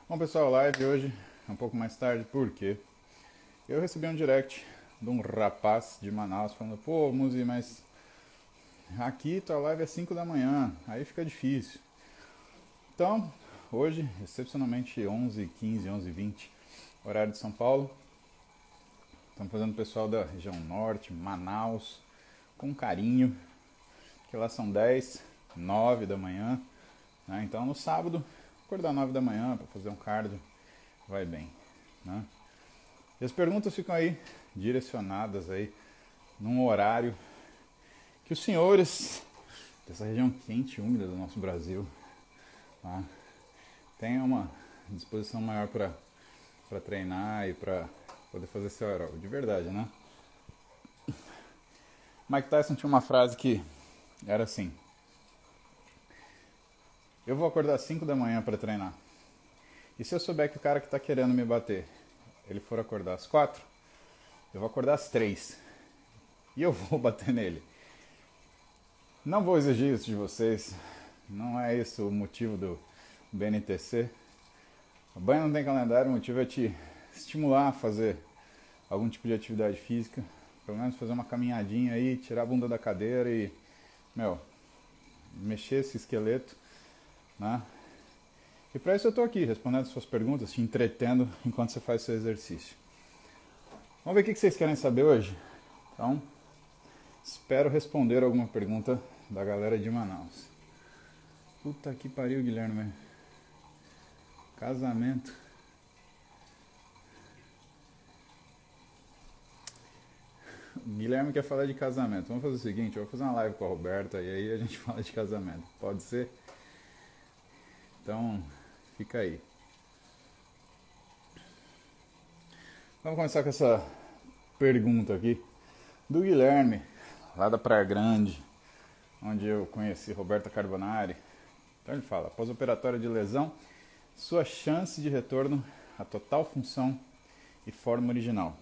Bom, pessoal, live hoje é um pouco mais tarde, porque eu recebi um direct de um rapaz de Manaus falando: pô, Muzi, mas aqui tua live é 5 da manhã, aí fica difícil. Então, hoje, excepcionalmente 11h15, 11h20, horário de São Paulo, estamos fazendo o pessoal da região norte, Manaus, com carinho, que lá são 10, 9 da manhã, né? Então no sábado, acordar 9 da manhã para fazer um cardio vai bem, né? E as perguntas ficam aí direcionadas aí num horário que os senhores dessa região quente e úmida do nosso Brasil, tá, tenham uma disposição maior para treinar e para poder fazer seu aeróbico de verdade, né? Mike Tyson tinha uma frase que era assim: eu vou acordar às 5 da manhã para treinar. E se eu souber que o cara que está querendo me bater, ele for acordar às 4, eu vou acordar às 3 e eu vou bater nele. Não vou exigir isso de vocês, não é esse o motivo do BNTC. O banho não tem calendário, o motivo é te estimular a fazer algum tipo de atividade física, pelo menos fazer uma caminhadinha aí, tirar a bunda da cadeira e, mexer esse esqueleto, né? E para isso eu estou aqui, respondendo suas perguntas, te entretendo enquanto você faz seu exercício. Vamos ver o que vocês querem saber hoje? Então, espero responder alguma pergunta da galera de Manaus. Puta que pariu, Guilherme. Casamento. O Guilherme quer falar de casamento. Vamos fazer o seguinte, eu vou fazer uma live com a Roberta e aí a gente fala de casamento. Pode ser? Então, fica aí. Vamos começar com essa pergunta aqui do Guilherme, lá da Praia Grande, onde eu conheci Roberta Carbonari. Então ele fala: pós-operatório de lesão, sua chance de retorno à total função e forma original.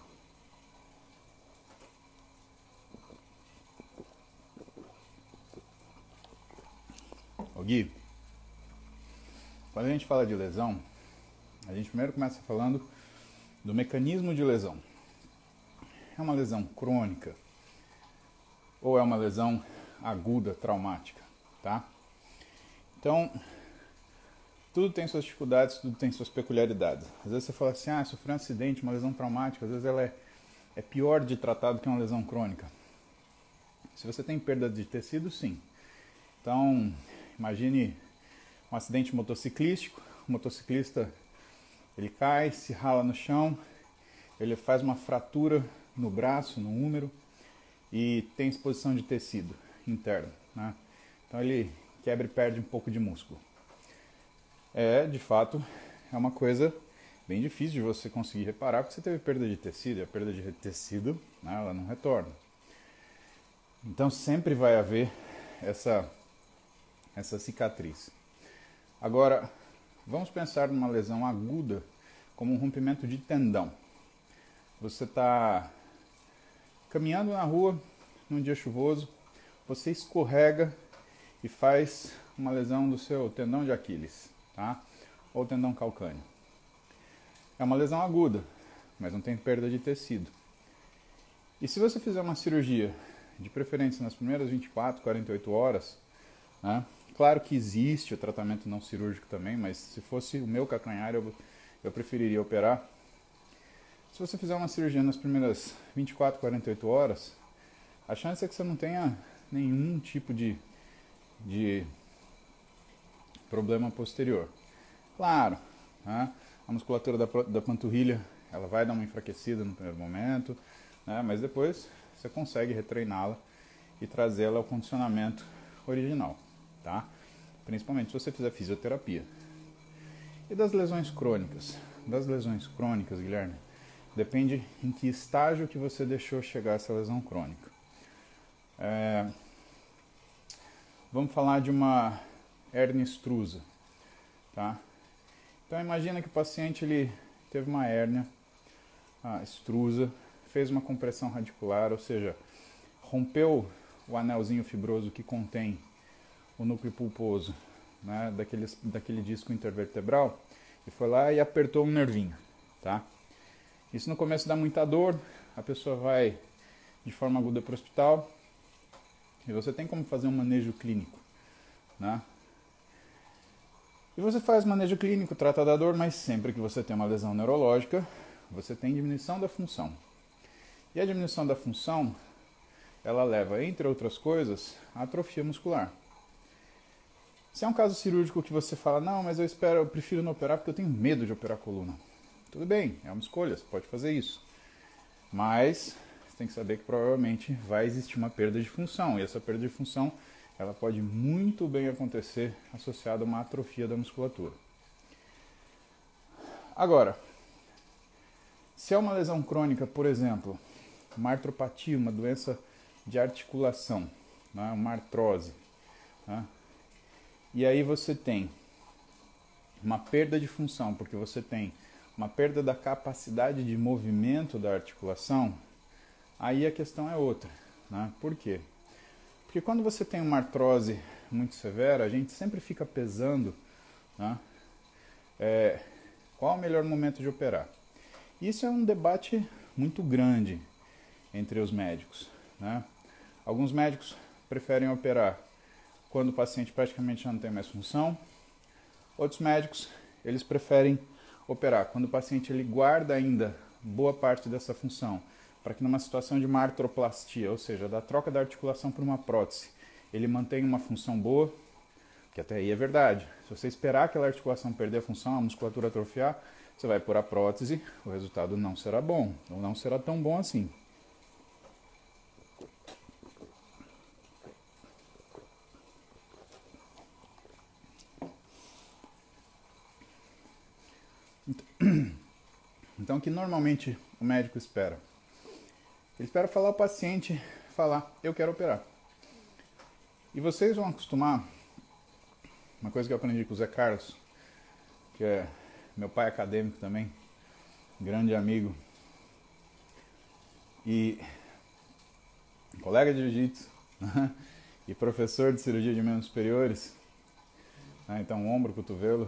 Ô Gui, quando a gente fala de lesão, a gente primeiro começa falando do mecanismo de lesão. É uma lesão crônica ou é uma lesão aguda, traumática, tá? Então, tudo tem suas dificuldades, tudo tem suas peculiaridades. Às vezes você fala assim: sofri um acidente, uma lesão traumática, às vezes ela é pior de tratar do que uma lesão crônica. Se você tem perda de tecido, sim. Então, imagine um acidente motociclístico, o motociclista ele cai, se rala no chão, ele faz uma fratura no braço, no úmero, e tem exposição de tecido interno, né? Então ele quebra e perde um pouco de músculo. De fato, é uma coisa bem difícil de você conseguir reparar, porque você teve perda de tecido, e a perda de tecido, né, ela não retorna. Então sempre vai haver essa cicatriz. Agora, vamos pensar numa lesão aguda como um rompimento de tendão. Você está caminhando na rua num dia chuvoso, você escorrega e faz uma lesão do seu tendão de Aquiles, tá? Ou tendão calcâneo. É uma lesão aguda, mas não tem perda de tecido. E se você fizer uma cirurgia, de preferência nas primeiras 24, 48 horas, né? Claro que existe o tratamento não cirúrgico também, mas se fosse o meu calcanhar, eu preferiria operar. Se você fizer uma cirurgia nas primeiras 24, 48 horas, a chance é que você não tenha nenhum tipo de problema posterior. Claro, né? A musculatura da panturrilha ela vai dar uma enfraquecida no primeiro momento, né? Mas depois você consegue retreiná-la e trazê-la ao condicionamento original, tá? Principalmente se você fizer fisioterapia. E das lesões crônicas? Das lesões crônicas, Guilherme, depende em que estágio que você deixou chegar essa lesão crônica. Vamos falar de uma hérnia extrusa, tá? Então imagina que o paciente ele teve uma hérnia extrusa, fez uma compressão radicular, ou seja, rompeu o anelzinho fibroso que contém o núcleo pulposo, né, daquele disco intervertebral, e foi lá e apertou um nervinho, tá? Isso no começo dá muita dor, a pessoa vai de forma aguda para o hospital e você tem como fazer um manejo clínico, né? E você faz manejo clínico, trata da dor, mas sempre que você tem uma lesão neurológica, você tem diminuição da função. E a diminuição da função, ela leva, entre outras coisas, a atrofia muscular. Se é um caso cirúrgico que você fala, não, mas eu prefiro não operar porque eu tenho medo de operar a coluna. Tudo bem, é uma escolha, você pode fazer isso. Mas você tem que saber que provavelmente vai existir uma perda de função. E essa perda de função, ela pode muito bem acontecer associada a uma atrofia da musculatura. Agora, se é uma lesão crônica, por exemplo, uma artropatia, uma doença de articulação, né, uma artrose, né, e aí você tem uma perda de função, porque você tem uma perda da capacidade de movimento da articulação, aí a questão é outra, né? Por quê? Porque quando você tem uma artrose muito severa, a gente sempre fica pesando, né, qual é o melhor momento de operar. Isso é um debate muito grande entre os médicos, né? Alguns médicos preferem operar quando o paciente praticamente já não tem mais função. Outros médicos, eles preferem operar quando o paciente ele guarda ainda boa parte dessa função, para que numa situação de uma artroplastia, ou seja, da troca da articulação por uma prótese, ele mantenha uma função boa, que até aí é verdade. Se você esperar aquela articulação perder a função, a musculatura atrofiar, você vai pôr a prótese, o resultado não será bom, ou não será tão bom assim. Então, o que normalmente o médico espera? Ele espera falar o paciente, falar, eu quero operar. E vocês vão acostumar, uma coisa que eu aprendi com o Zé Carlos, que é meu pai acadêmico também, grande amigo, e colega de jiu-jitsu, e professor de cirurgia de membros superiores, né, então ombro, cotovelo,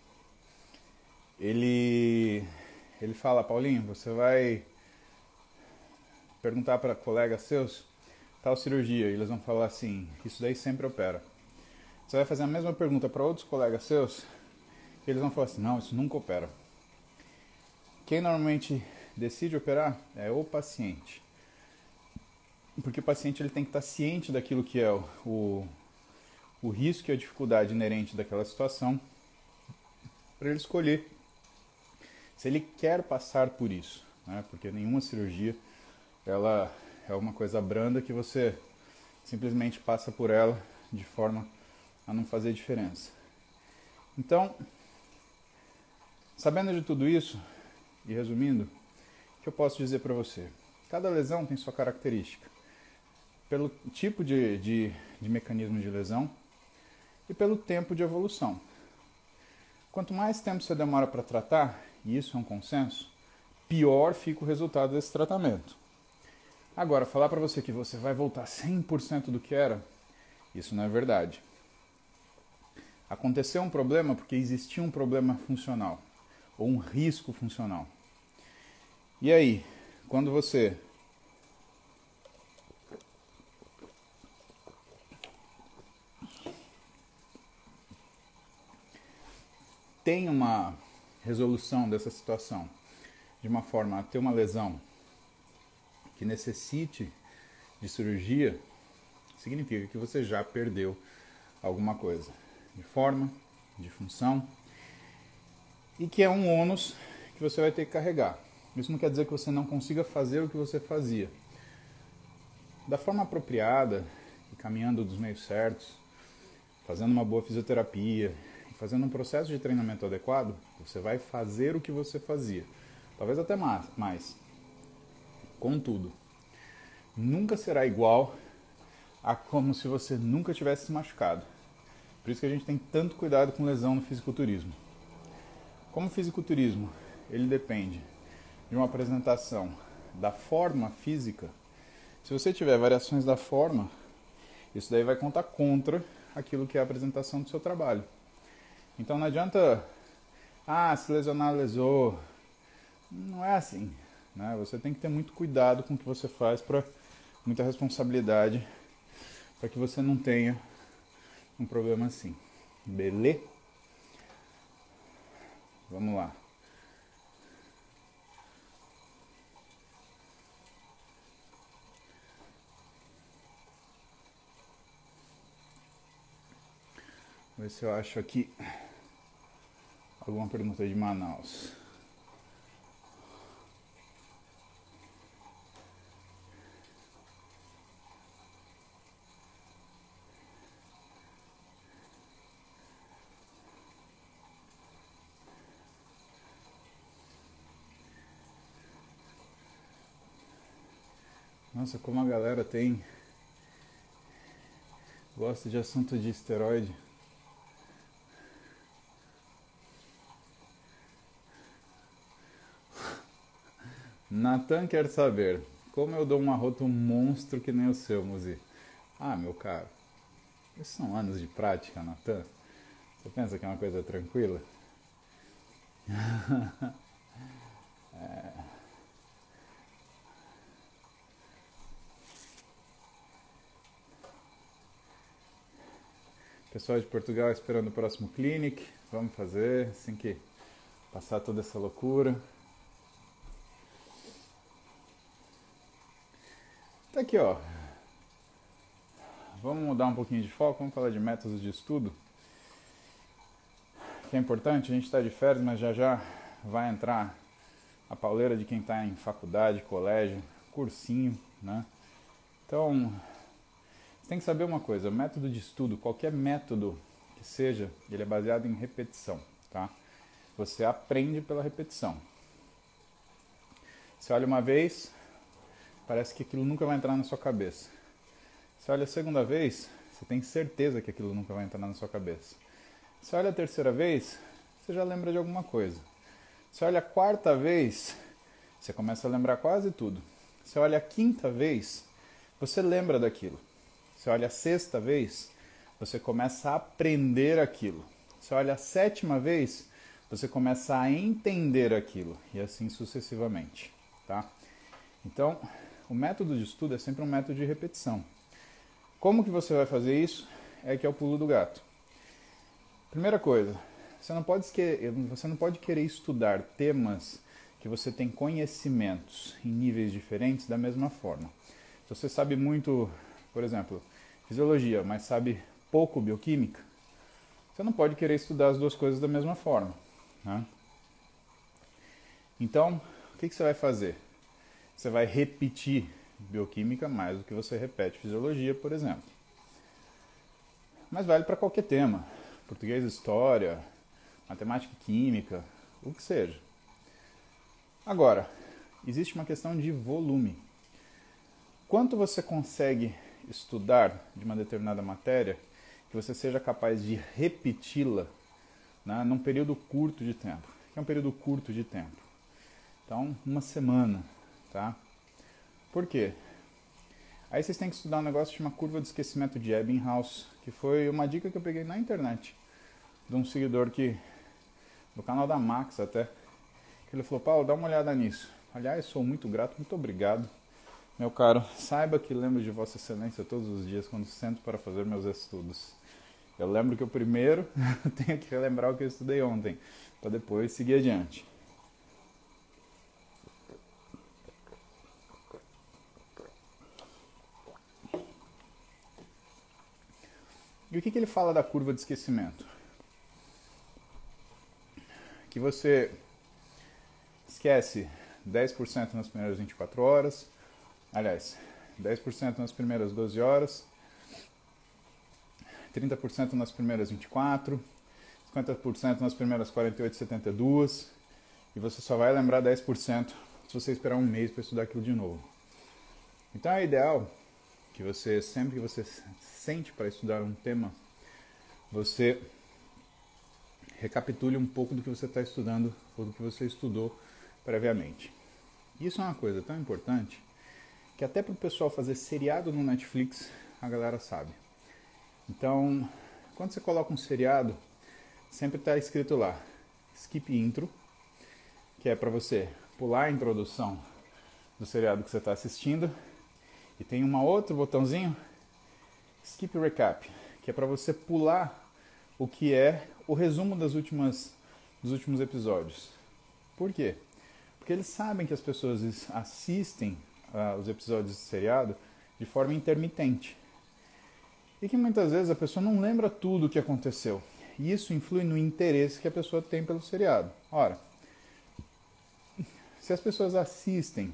ele fala, Paulinho, você vai perguntar para colegas seus tal cirurgia, e eles vão falar assim, isso daí sempre opera. Você vai fazer a mesma pergunta para outros colegas seus, e eles vão falar assim, não, isso nunca opera. Quem normalmente decide operar é o paciente. Porque o paciente ele tem que estar ciente daquilo que é o risco e a dificuldade inerente daquela situação, para ele escolher se ele quer passar por isso, né? Porque nenhuma cirurgia ela é uma coisa branda que você simplesmente passa por ela de forma a não fazer diferença. Então, sabendo de tudo isso, e resumindo, o que eu posso dizer para você? Cada lesão tem sua característica, pelo tipo de mecanismo de lesão e pelo tempo de evolução. Quanto mais tempo você demora para tratar, e isso é um consenso, pior fica o resultado desse tratamento. Agora, falar para você que você vai voltar 100% do que era, isso não é verdade. Aconteceu um problema porque existia um problema funcional, ou um risco funcional. E aí, quando você tem uma resolução dessa situação de uma forma a ter uma lesão que necessite de cirurgia, significa que você já perdeu alguma coisa de forma, de função, e que é um ônus que você vai ter que carregar. Isso não quer dizer que você não consiga fazer o que você fazia. Da forma apropriada, e caminhando dos meios certos, fazendo uma boa fisioterapia, fazendo um processo de treinamento adequado, você vai fazer o que você fazia. Talvez até mais. Contudo, nunca será igual a como se você nunca tivesse se machucado. Por isso que a gente tem tanto cuidado com lesão no fisiculturismo. Como o fisiculturismo, ele depende de uma apresentação da forma física, se você tiver variações da forma, isso daí vai contar contra aquilo que é a apresentação do seu trabalho. Então não adianta Ah, se lesionar, lesou. Não é assim, né? Você tem que ter muito cuidado com o que você faz, muita responsabilidade, para que você não tenha um problema assim. Beleza? Vamos lá. Vou ver se eu acho aqui alguma pergunta de Manaus. Nossa, como a galera gosta de assunto de esteroide. Natan quer saber como eu dou um arroto monstro que nem o seu, Muzi. Ah, meu caro, esses são anos de prática, Natan. Você pensa que é uma coisa tranquila? Pessoal de Portugal esperando o próximo clinic. Vamos fazer, assim que passar toda essa loucura. Tá aqui, ó. Vamos mudar um pouquinho de foco, vamos falar de métodos de estudo. Que é importante, a gente está de férias, mas já vai entrar a pauleira de quem está em faculdade, colégio, cursinho, né? Então, você tem que saber uma coisa, método de estudo, qualquer método que seja, ele é baseado em repetição, tá? Você aprende pela repetição. Você olha uma vez, parece que aquilo nunca vai entrar na sua cabeça. Você olha a segunda vez, você tem certeza que aquilo nunca vai entrar na sua cabeça. Você olha a terceira vez, você já lembra de alguma coisa. Você olha a quarta vez, você começa a lembrar quase tudo. Você olha a quinta vez, você lembra daquilo. Você olha a sexta vez, você começa a aprender aquilo. Você olha a sétima vez, você começa a entender aquilo. E assim sucessivamente, tá? Então, o método de estudo é sempre um método de repetição. Como que você vai fazer isso? É que é o pulo do gato. Primeira coisa, você não pode querer estudar temas que você tem conhecimentos em níveis diferentes da mesma forma. Se você sabe muito, por exemplo, fisiologia, mas sabe pouco bioquímica, você não pode querer estudar as duas coisas da mesma forma, né? Então, o que você vai fazer? Você vai repetir bioquímica mais do que você repete fisiologia, por exemplo. Mas vale para qualquer tema. Português, história, matemática e química, o que seja. Agora, existe uma questão de volume. Quanto você consegue estudar de uma determinada matéria que você seja capaz de repeti-la, né, num período curto de tempo? O que é um período curto de tempo? Então, uma semana, tá? Por quê? Aí vocês têm que estudar um negócio que chama curva de esquecimento de Ebbinghaus, que foi uma dica que eu peguei na internet, de um seguidor do canal da Max até, que ele falou: Paulo, dá uma olhada nisso. Aliás, sou muito grato, muito obrigado. Meu caro, saiba que lembro de Vossa Excelência todos os dias quando sento para fazer meus estudos. Eu lembro que eu primeiro tenho que relembrar o que eu estudei ontem, para depois seguir adiante. E o que ele fala da curva de esquecimento? Que você esquece 10% nas primeiras 24 horas, aliás, 10% nas primeiras 12 horas, 30% nas primeiras 24, 50% nas primeiras 48, 72, e você só vai lembrar 10% se você esperar um mês para estudar aquilo de novo. Então é ideal que você, sempre que você sente para estudar um tema, você recapitule um pouco do que você está estudando ou do que você estudou previamente. Isso é uma coisa tão importante que até para o pessoal fazer seriado no Netflix a galera sabe. Então, quando você coloca um seriado, sempre está escrito lá: skip intro, que é para você pular a introdução do seriado que você está assistindo, e tem um outro botãozinho, skip recap, que é para você pular o que é o resumo dos últimos episódios. Por quê? Porque eles sabem que as pessoas assistem os episódios do seriado de forma intermitente. E que muitas vezes a pessoa não lembra tudo o que aconteceu. E isso influi no interesse que a pessoa tem pelo seriado. Ora, se as pessoas assistem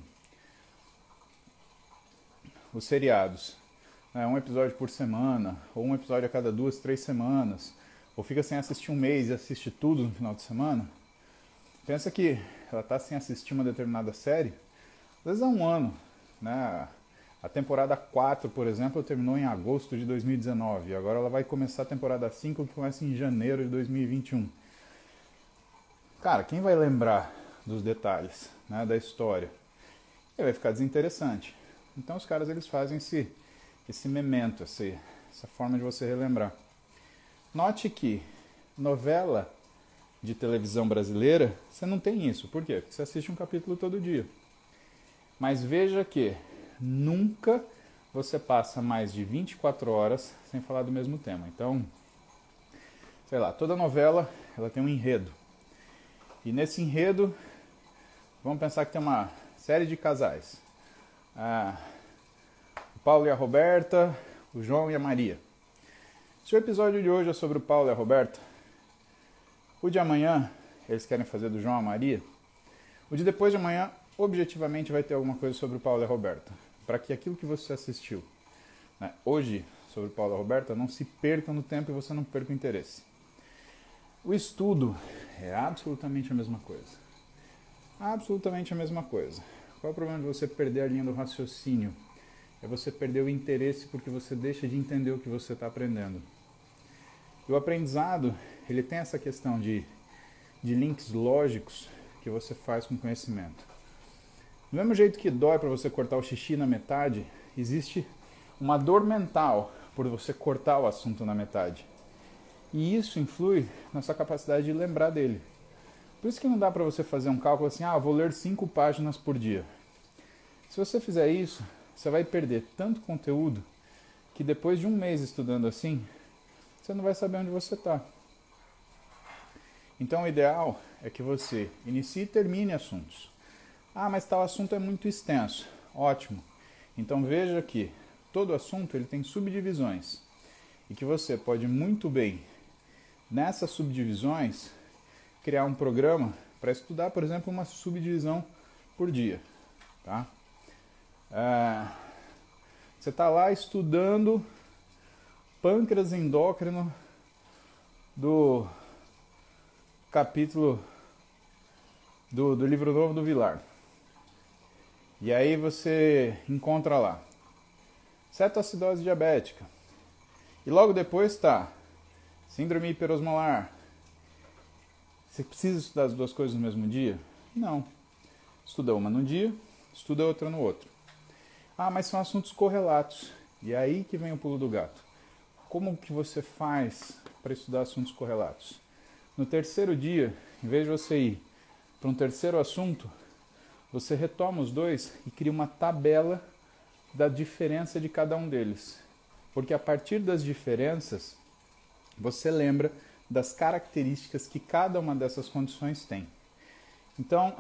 os seriados, um episódio por semana, ou um episódio a cada 2, 3 semanas, ou fica sem assistir um mês e assiste tudo no final de semana, pensa que ela está sem assistir uma determinada série, às vezes há um ano. Né? A temporada 4, por exemplo, terminou em agosto de 2019, e agora ela vai começar a temporada 5, que começa em janeiro de 2021. Cara, quem vai lembrar dos detalhes, né, da história? Ele vai ficar desinteressante. Então os caras eles fazem esse memento, essa forma de você relembrar. Note que novela de televisão brasileira, você não tem isso. Por quê? Porque você assiste um capítulo todo dia. Mas veja que nunca você passa mais de 24 horas sem falar do mesmo tema. Então, sei lá, toda novela ela tem um enredo. E nesse enredo, vamos pensar que tem uma série de casais. O Paulo e a Roberta, o João e a Maria. Se o episódio de hoje é sobre o Paulo e a Roberta, o de amanhã eles querem fazer do João e a Maria, o de depois de amanhã objetivamente vai ter alguma coisa sobre o Paulo e a Roberta, para que aquilo que você assistiu, né, hoje sobre o Paulo e a Roberta não se perca no tempo e você não perca o interesse. O estudo é absolutamente a mesma coisa. Absolutamente a mesma coisa. Qual é o problema de você perder a linha do raciocínio? É você perder o interesse porque você deixa de entender o que você está aprendendo. E o aprendizado, ele tem essa questão de links lógicos que você faz com o conhecimento. Do mesmo jeito que dói para você cortar o xixi na metade, existe uma dor mental por você cortar o assunto na metade. E isso influi na sua capacidade de lembrar dele. Por isso que não dá para você fazer um cálculo assim, vou ler 5 páginas por dia. Se você fizer isso, você vai perder tanto conteúdo que depois de um mês estudando assim, você não vai saber onde você está. Então o ideal é que você inicie e termine assuntos. Mas tal assunto é muito extenso. Ótimo. Então veja que todo assunto ele tem subdivisões. E que você pode muito bem, nessas subdivisões, criar um programa para estudar, por exemplo, uma subdivisão por dia. Tá? Você está lá estudando pâncreas endócrino do capítulo do livro novo do Vilar. E aí você encontra lá cetoacidose diabética. E logo depois está síndrome hiperosmolar. Você precisa estudar as duas coisas no mesmo dia? Não. Estuda uma num dia, estuda outra no outro. Mas são assuntos correlatos. E é aí que vem o pulo do gato. Como que você faz para estudar assuntos correlatos? No terceiro dia, em vez de você ir para um terceiro assunto, você retoma os dois e cria uma tabela da diferença de cada um deles. Porque a partir das diferenças, você lembra das características que cada uma dessas condições tem. Então,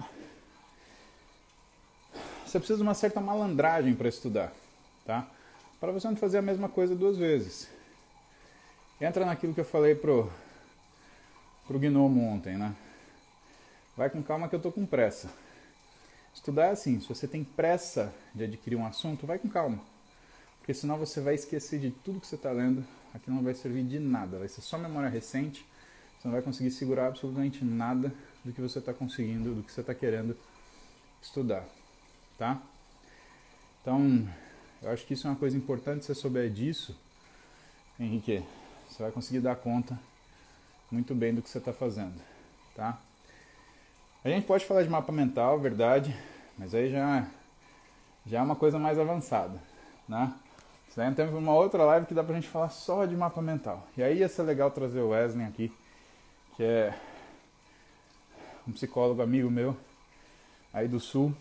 você precisa de uma certa malandragem para estudar, tá? Para você não fazer a mesma coisa 2 vezes. Entra naquilo que eu falei pro Gnomo ontem, né? Vai com calma que eu tô com pressa. Estudar é assim, se você tem pressa de adquirir um assunto, vai com calma. Porque senão você vai esquecer de tudo que você está lendo, aquilo não vai servir de nada, vai ser só memória recente, você não vai conseguir segurar absolutamente nada do que você está conseguindo, do que você está querendo estudar, tá? Então, eu acho que isso é uma coisa importante, se você souber disso, Henrique, você vai conseguir dar conta muito bem do que você está fazendo, tá? A gente pode falar de mapa mental, verdade, mas aí já é uma coisa mais avançada, né? Isso daí temos uma outra live que dá pra gente falar só de mapa mental. E aí ia ser legal trazer o Wesley aqui, que é um psicólogo amigo meu, aí do Sul,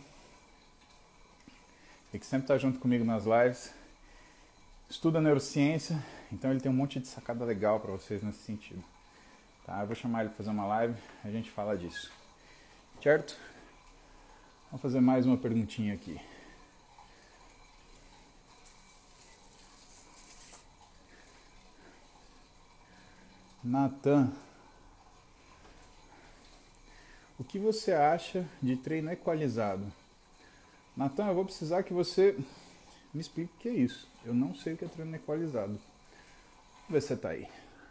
e que sempre tá junto comigo nas lives. Estuda neurociência, então ele tem um monte de sacada legal para vocês nesse sentido. Tá? Eu vou chamar ele para fazer uma live, a gente fala disso. Certo? Vamos fazer mais uma perguntinha aqui. Natan, o que você acha de treino equalizado? Natan, eu vou precisar que você me explique o que é isso. Eu não sei o que é treino equalizado. Vamos ver se você tá aí.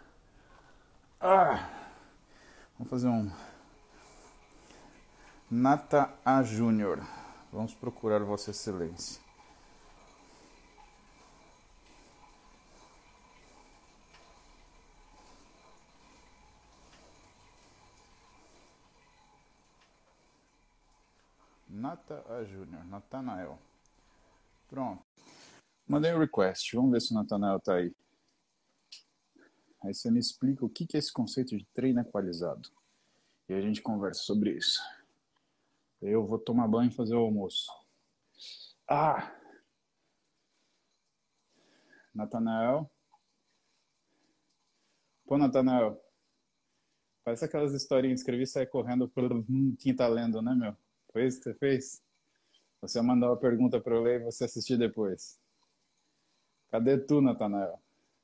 Vamos fazer um Nata A Júnior. Vamos procurar Vossa Excelência. Nata A Júnior, Natanael. Pronto. Mandei um request. Vamos ver se o Natanael tá aí. Aí você me explica o que é esse conceito de treino equalizado. E a gente conversa sobre isso. Eu vou tomar banho e fazer o almoço. Natanael. Pô, Natanael. Parece aquelas historinhas de escrever e sair correndo por quem tá lendo, né, meu? Foi isso que você fez? Você mandou uma pergunta para eu ler e você assistir depois. Cadê tu, Natanael?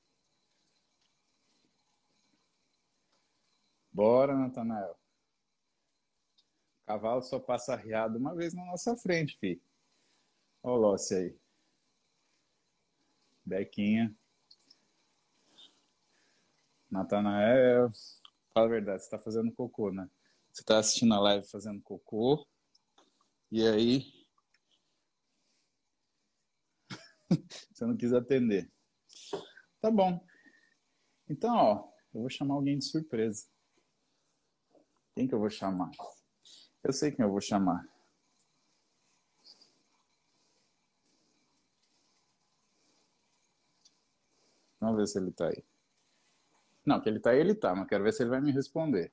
Bora, Natanael. Cavalo só passa arriado uma vez na nossa frente, fi. Ó o Lossi aí. Bequinha. Natanael. Fala a verdade, você tá fazendo cocô, né? Você tá assistindo a live fazendo cocô. E aí... você não quis atender. Tá bom. Então, ó, eu vou chamar alguém de surpresa. Quem que eu vou chamar? Eu sei quem eu vou chamar. Vamos ver se ele tá aí. Não, que ele tá, mas quero ver se ele vai me responder.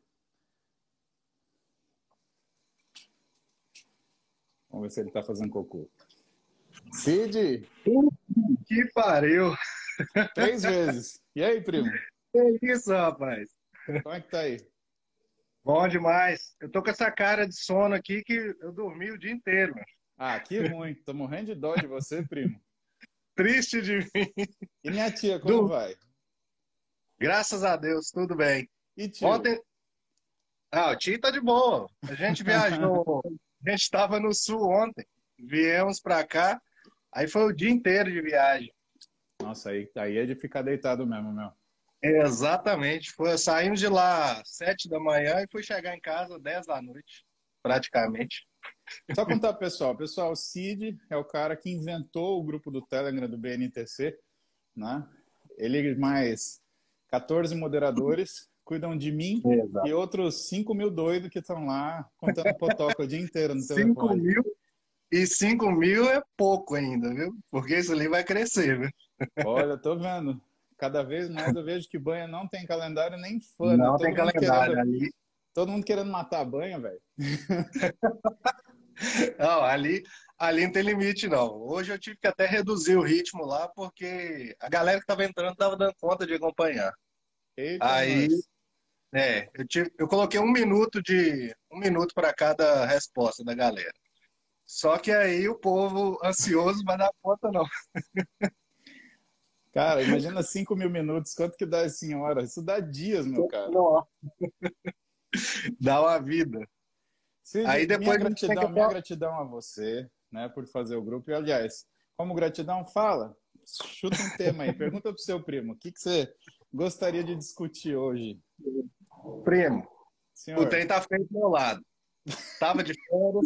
Vamos ver se ele tá fazendo cocô. Cid! Que pariu! 3 vezes. E aí, primo? Que isso, rapaz? Como é que tá aí? Bom demais. Eu tô com essa cara de sono aqui que eu dormi o dia inteiro. Ah, que ruim. Tô morrendo de dó de você, primo. Triste de mim. E minha tia, como Du- vai? Graças a Deus, tudo bem. E tio? Ontem. O Tio tá de boa. A gente viajou. A gente estava no sul ontem. Viemos pra cá. Aí foi o dia inteiro de viagem. Nossa, aí é de ficar deitado mesmo, meu. Exatamente. Saímos de lá 7 da manhã e fui chegar em casa 10 da noite, praticamente. Só contar pro pessoal. Pessoal, o Cid é o cara que inventou o grupo do Telegram do BNTC, né? Ele e mais 14 moderadores cuidam de mim e Exato. outros 5 mil doidos que estão lá contando potoca o dia inteiro no 5 telefone. mil. E 5.000 é pouco ainda, viu? Porque isso ali vai crescer, viu? Olha, tô vendo. Cada vez mais eu vejo que banha não tem calendário nem fã, né? Não tem calendário ali. Todo mundo querendo matar a banha, velho. Não, ali não tem limite, não. Hoje eu tive que até reduzir o ritmo lá, porque a galera que estava entrando estava dando conta de acompanhar. Eita, Aí, nós. eu coloquei um minuto para cada resposta da galera. Só que aí o povo ansioso vai dar conta, não. Cara, imagina 5 mil minutos, quanto que dá assim, hora? Isso dá dias, meu cara. Não, dá uma vida. Aí Cid, depois a gente tem que minha até. gratidão a você, né, por fazer o grupo. E, aliás, como gratidão, fala, chuta um tema aí, pergunta pro seu primo, o que que você gostaria de discutir hoje? Primo, o Senhor, trem tá feio do meu lado. Tava de férias,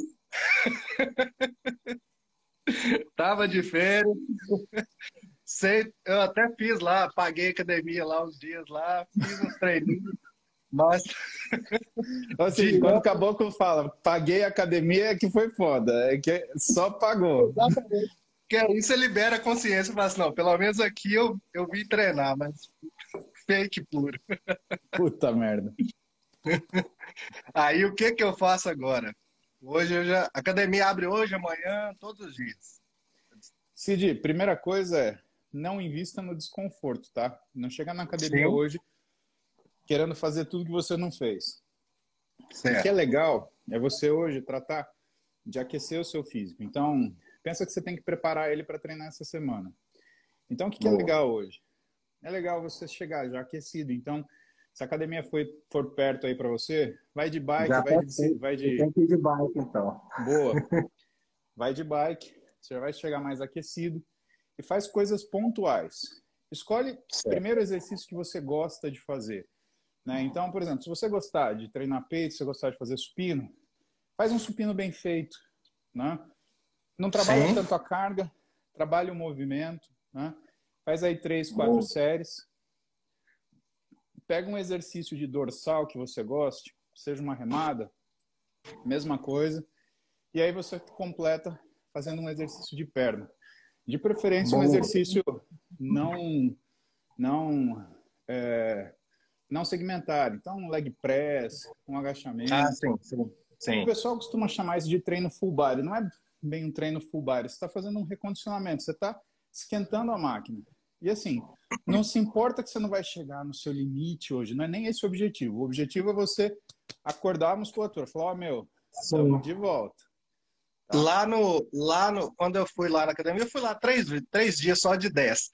tava de férias. Sei, eu até fiz lá, paguei academia lá uns dias lá, fiz uns treininhos, mas ô Cid, quando o tirando caboclo fala, paguei a academia, é que foi foda, é que só pagou. exatamente. Que aí você libera a consciência e fala assim, não, pelo menos aqui eu vim treinar, mas fake puro. Puta merda. Aí o que que eu faço agora? Hoje eu já. A academia abre hoje, amanhã, todos os dias. Cid, primeira coisa é não invista no desconforto, tá? Não chegar na academia Sim, hoje querendo fazer tudo que você não fez. O que é certo. legal é você hoje tratar de aquecer o seu físico. Então, pensa que você tem que preparar ele para treinar essa semana. Então, o que é Boa. legal hoje? É legal você chegar já aquecido. Então, se a academia for perto aí para você, vai de bike, Já vai tá de, feito. vai Eu de tenho que ir de bike, então. boa, vai de bike, você já vai chegar mais aquecido e faz coisas pontuais. Escolhe Certo. primeiro o exercício que você gosta de fazer. Né? Então, por exemplo, se você gostar de treinar peito, se você gostar de fazer supino, faz um supino bem feito. Né? Não trabalha Sim. tanto a carga, trabalha o movimento. Né? Faz aí 3, 4 Boa. séries. Pega um exercício de dorsal que você goste, seja uma remada, mesma coisa. E aí você completa fazendo um exercício de perna. De preferência, um Boa. exercício não não é, não segmentado. Então, um leg press, um Ah, agachamento. sim, sim. O Sim. pessoal costuma chamar isso de treino full body. Não é bem um treino full body. Você está fazendo um recondicionamento. Você está esquentando a máquina. E assim, não se importa que você não vai chegar no seu limite hoje. Não é nem esse o objetivo. O objetivo é você acordar a musculatura. Falar, ó, meu, estamos Sim. de volta. Tá? Quando eu fui lá na academia, eu fui lá 3 dias só de 10.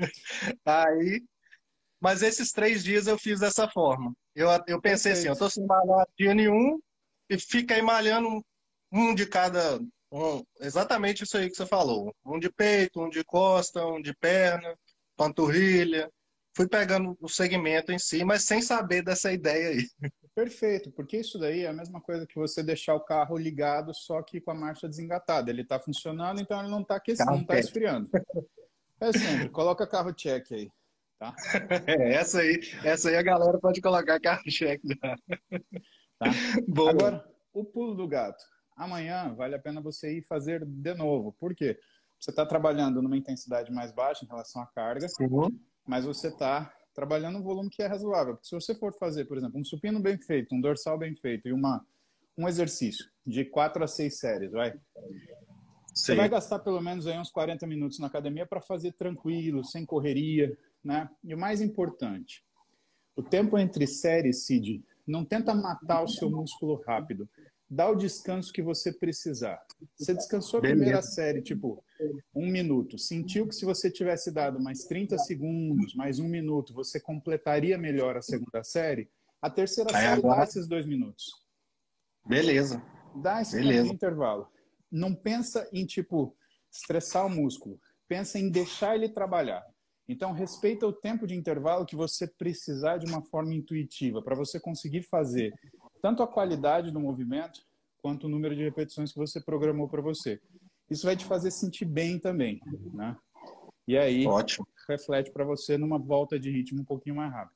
Aí, mas esses 3 dias eu fiz dessa forma. Eu pensei assim, eu Perfeito. tô sem malhar dia nenhum e fica aí malhando um de cada. Exatamente isso aí que você falou. Um de peito, um de costa, um de perna, panturrilha. Fui pegando o segmento em si, mas sem saber dessa ideia aí. Perfeito, porque isso daí é a mesma coisa que você deixar o carro ligado, só que com a marcha desengatada. Ele está funcionando, então ele não está aquecendo, não Carro está quieto. esfriando. É sempre, coloca carro check aí, tá? Essa aí a galera pode colocar carro-cheque já. Tá? Boa. Agora, o pulo do gato. Amanhã vale a pena você ir fazer de novo. Por quê? Você está trabalhando numa intensidade mais baixa em relação à carga, Sim. mas você está trabalhando um volume que é razoável. Porque se você for fazer, por exemplo, um supino bem feito, um dorsal bem feito e um exercício de 4 a 6 séries, vai. Você vai Sim. gastar pelo menos aí uns 40 minutos na academia para fazer tranquilo, sem correria, né? E o mais importante, o tempo entre séries, Cid, não tenta matar o seu músculo rápido. Dá o descanso que você precisar. Você descansou a primeira Beleza. série, tipo, 1 minuto. Sentiu que se você tivesse dado mais 30 segundos, mais 1 minuto, você completaria melhor a segunda série? A terceira Aí série dá agora, esses 2 minutos. beleza. Dá esse tempo de Beleza. intervalo. Não pensa em, tipo, estressar o músculo. Pensa em deixar ele trabalhar. Então, respeita o tempo de intervalo que você precisar de uma forma intuitiva, para você conseguir fazer tanto a qualidade do movimento, quanto o número de repetições que você programou para você. Isso vai te fazer sentir bem também, né? E aí, Ótimo. reflete para você numa volta de ritmo um pouquinho mais rápido.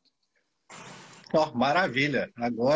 Ó, maravilha.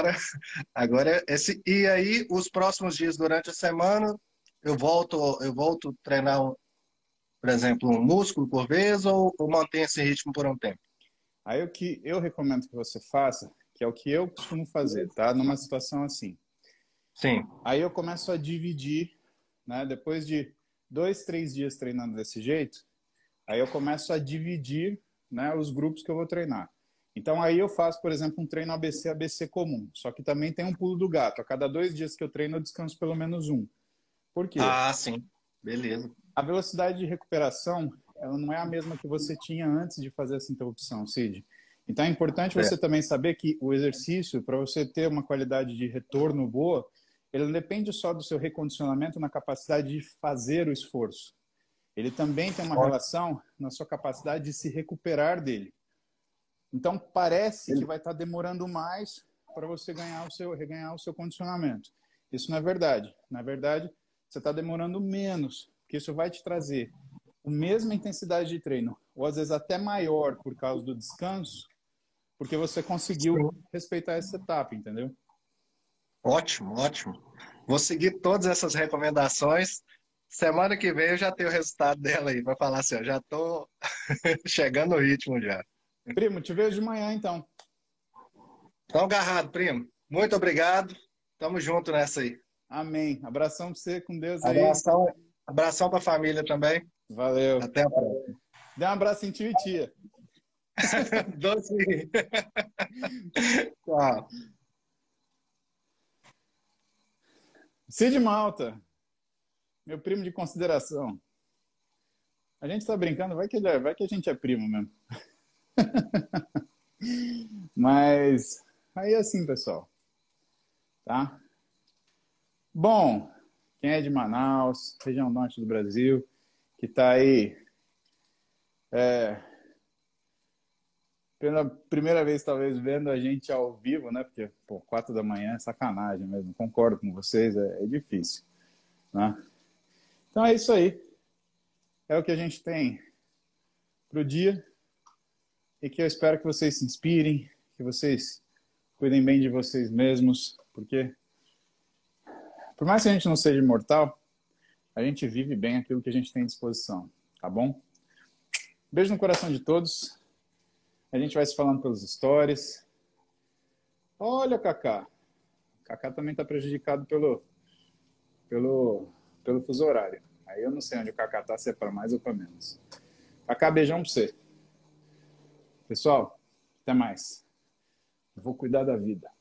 Agora e aí os próximos dias durante a semana eu volto a treinar, por exemplo, um músculo por vez ou mantenho esse ritmo por um tempo. Aí, o que eu recomendo que você faça, que é o que eu costumo fazer, tá? Numa situação assim. Sim. Aí eu começo a dividir, né? Depois de 2, 3 dias treinando desse jeito, aí eu começo a dividir, né, os grupos que eu vou treinar. Então aí eu faço, por exemplo, um treino ABC comum, só que também tem um pulo do gato. A cada 2 dias que eu treino, eu descanso pelo menos um. Por quê? Ah, sim. Beleza. A velocidade de recuperação, ela não é a mesma que você tinha antes de fazer essa interrupção, Cid. Então é importante você Certo. também saber que o exercício, para você ter uma qualidade de retorno boa, ele não depende só do seu recondicionamento na capacidade de fazer o esforço. Ele também tem uma Ótimo. relação na sua capacidade de se recuperar dele. Então parece que vai estar demorando mais para você reganhar o seu condicionamento. Isso não é verdade. Na verdade, você está demorando menos, porque isso vai te trazer a mesma intensidade de treino, ou às vezes até maior por causa do descanso, porque você conseguiu Sim. respeitar essa etapa, entendeu? Ótimo, ótimo. Vou seguir todas essas recomendações. Semana que vem eu já tenho o resultado dela aí, para falar assim, ó, já estou chegando no ritmo já. Primo, te vejo de manhã então. Então, agarrado, primo. Muito obrigado. Tamo junto nessa aí. Amém. Abração pra você, com Deus aí. Abração, abração para a família também. Valeu. Até a próxima. Dê um abraço em tio e tia. Doce. Tchau. Cid Malta, meu primo de consideração. A gente tá brincando, vai que a gente é primo mesmo. Mas aí é assim, pessoal, tá? Bom, quem é de Manaus, região norte do Brasil, que tá aí pela primeira vez talvez vendo a gente ao vivo, né? Porque, pô, 4 da manhã é sacanagem mesmo, concordo com vocês, é difícil, né? Então é isso aí, é o que a gente tem pro dia e que eu espero que vocês se inspirem, que vocês cuidem bem de vocês mesmos, porque por mais que a gente não seja imortal, a gente vive bem aquilo que a gente tem à disposição, tá bom? Beijo no coração de todos. A gente vai se falando pelos stories. Olha, Kaká. Kaká também está prejudicado pelo, pelo fuso horário. Aí eu não sei onde o Kaká tá, se é para mais ou para menos. Kaká, beijão para você. Pessoal, até mais. Eu vou cuidar da vida.